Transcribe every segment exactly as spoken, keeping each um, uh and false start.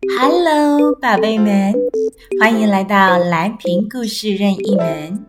Hello， 宝贝们，欢迎来到蓝屏故事任意门。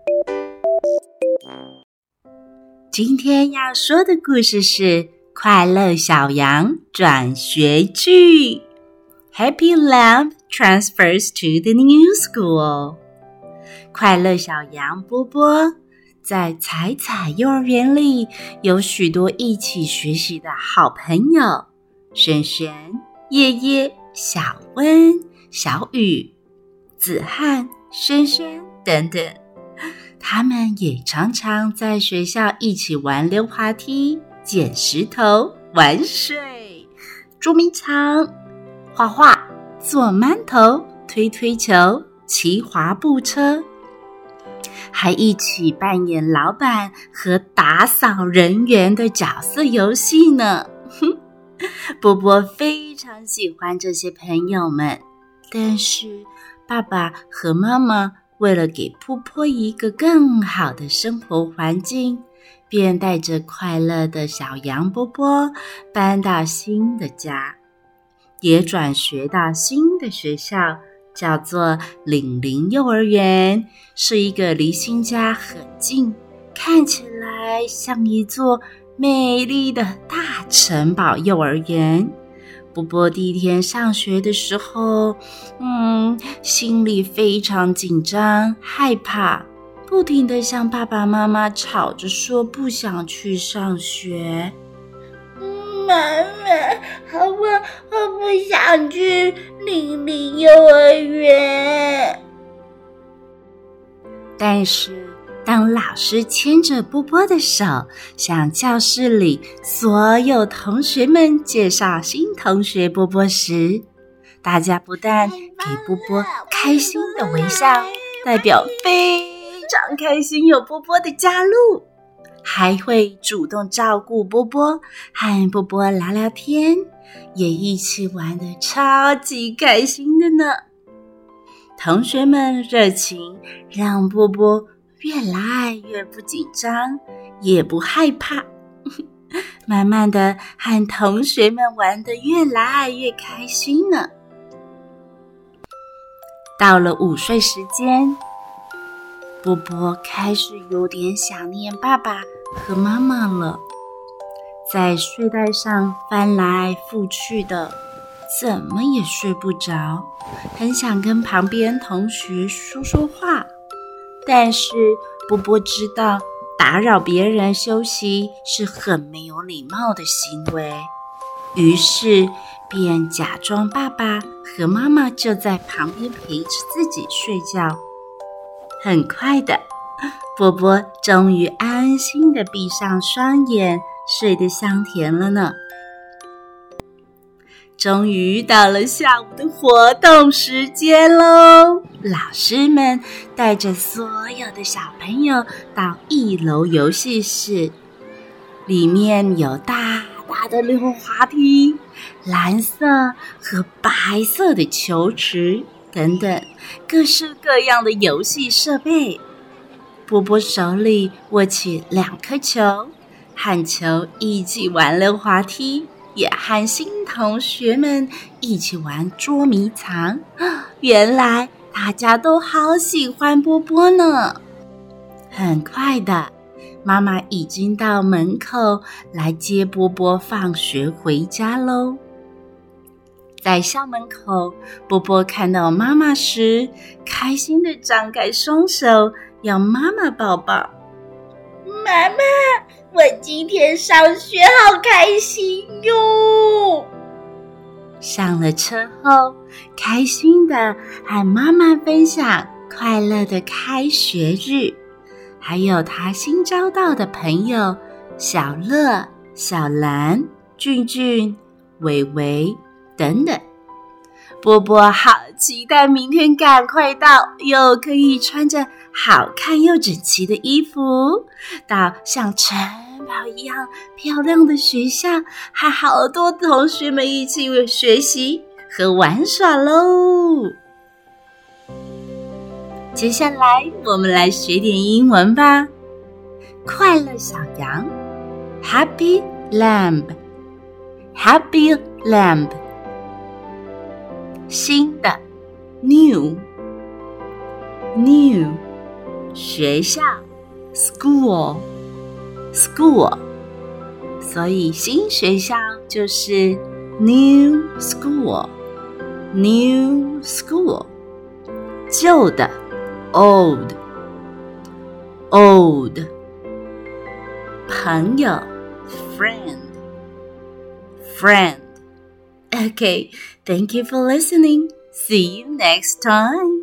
今天要说的故事是快乐小羊转学去 Happy Lamb transfers to the new school。 快乐小羊波波在彩彩幼儿园里有许多一起学习的好朋友，璇璇、叶叶、小温、小雨、子翰、轩轩等等，他们也常常在学校一起玩溜滑梯、捡石头、玩水、捉迷藏、画画、做馒头、推推球、骑滑步车，还一起扮演老板和打扫人员的角色游戏呢。波波非常喜欢这些朋友们，但是爸爸和妈妈为了给波波一个更好的生活环境，便带着快乐的小羊波波搬到新的家，也转学到新的学校，叫做岭林幼儿园，是一个离新家很近，看起来像一座美丽的大城堡幼儿园。波波第一天上学的时候，嗯，心里非常紧张害怕，不停地向爸爸妈妈吵着说不想去上学。 妈妈，我我不想去岭林幼儿园。 但是当老师牵着波波的手向教室里所有同学们介绍新同学波波时，大家不但给波波开心的微笑，代表非常开心有波波的加入，还会主动照顾波波，和波波聊聊天，也一起玩得超级开心的呢。同学们热情让波波越来越不紧张，也不害怕，慢慢的和同学们玩得越来越开心呢。到了午睡时间，波波开始有点想念爸爸和妈妈了，在睡袋上翻来覆去的，怎么也睡不着，很想跟旁边同学说说话，但是波波知道打扰别人休息是很没有礼貌的行为，于是便假装爸爸和妈妈就在旁边陪着自己睡觉。很快的，波波终于安心地闭上双眼，睡得香甜了呢。终于到了下午的活动时间咯，老师们带着所有的小朋友到一楼游戏室，里面有大大的溜滑梯、蓝色和白色的球池等等各式各样的游戏设备。波波手里握起两颗球，和球一起玩溜滑梯，也和新同学们一起玩捉迷藏。原来大家都好喜欢波波呢。很快的，妈妈已经到门口来接波波放学回家咯。在校门口，波波看到妈妈时，开心地张开双手要妈妈抱抱。 妈妈，我今天上学好开心哟！ 上了车后，开心地和妈妈分享快乐的开学日，还有他新交到的朋友小乐、小兰、俊俊、伟伟等等。波波好期待明天赶快到，又可以穿着好看又整齐的衣服，到像城堡一样漂亮的学校，和好多同学们一起学习和玩耍咯。接下来我们来学点英文吧。快乐小羊 Happy Lamb Happy Lamb 新的 new new 学校 school school 所以新学校就是 new school new school 旧的 old old 朋友 friend friend Okay, thank you for listening. See you next time.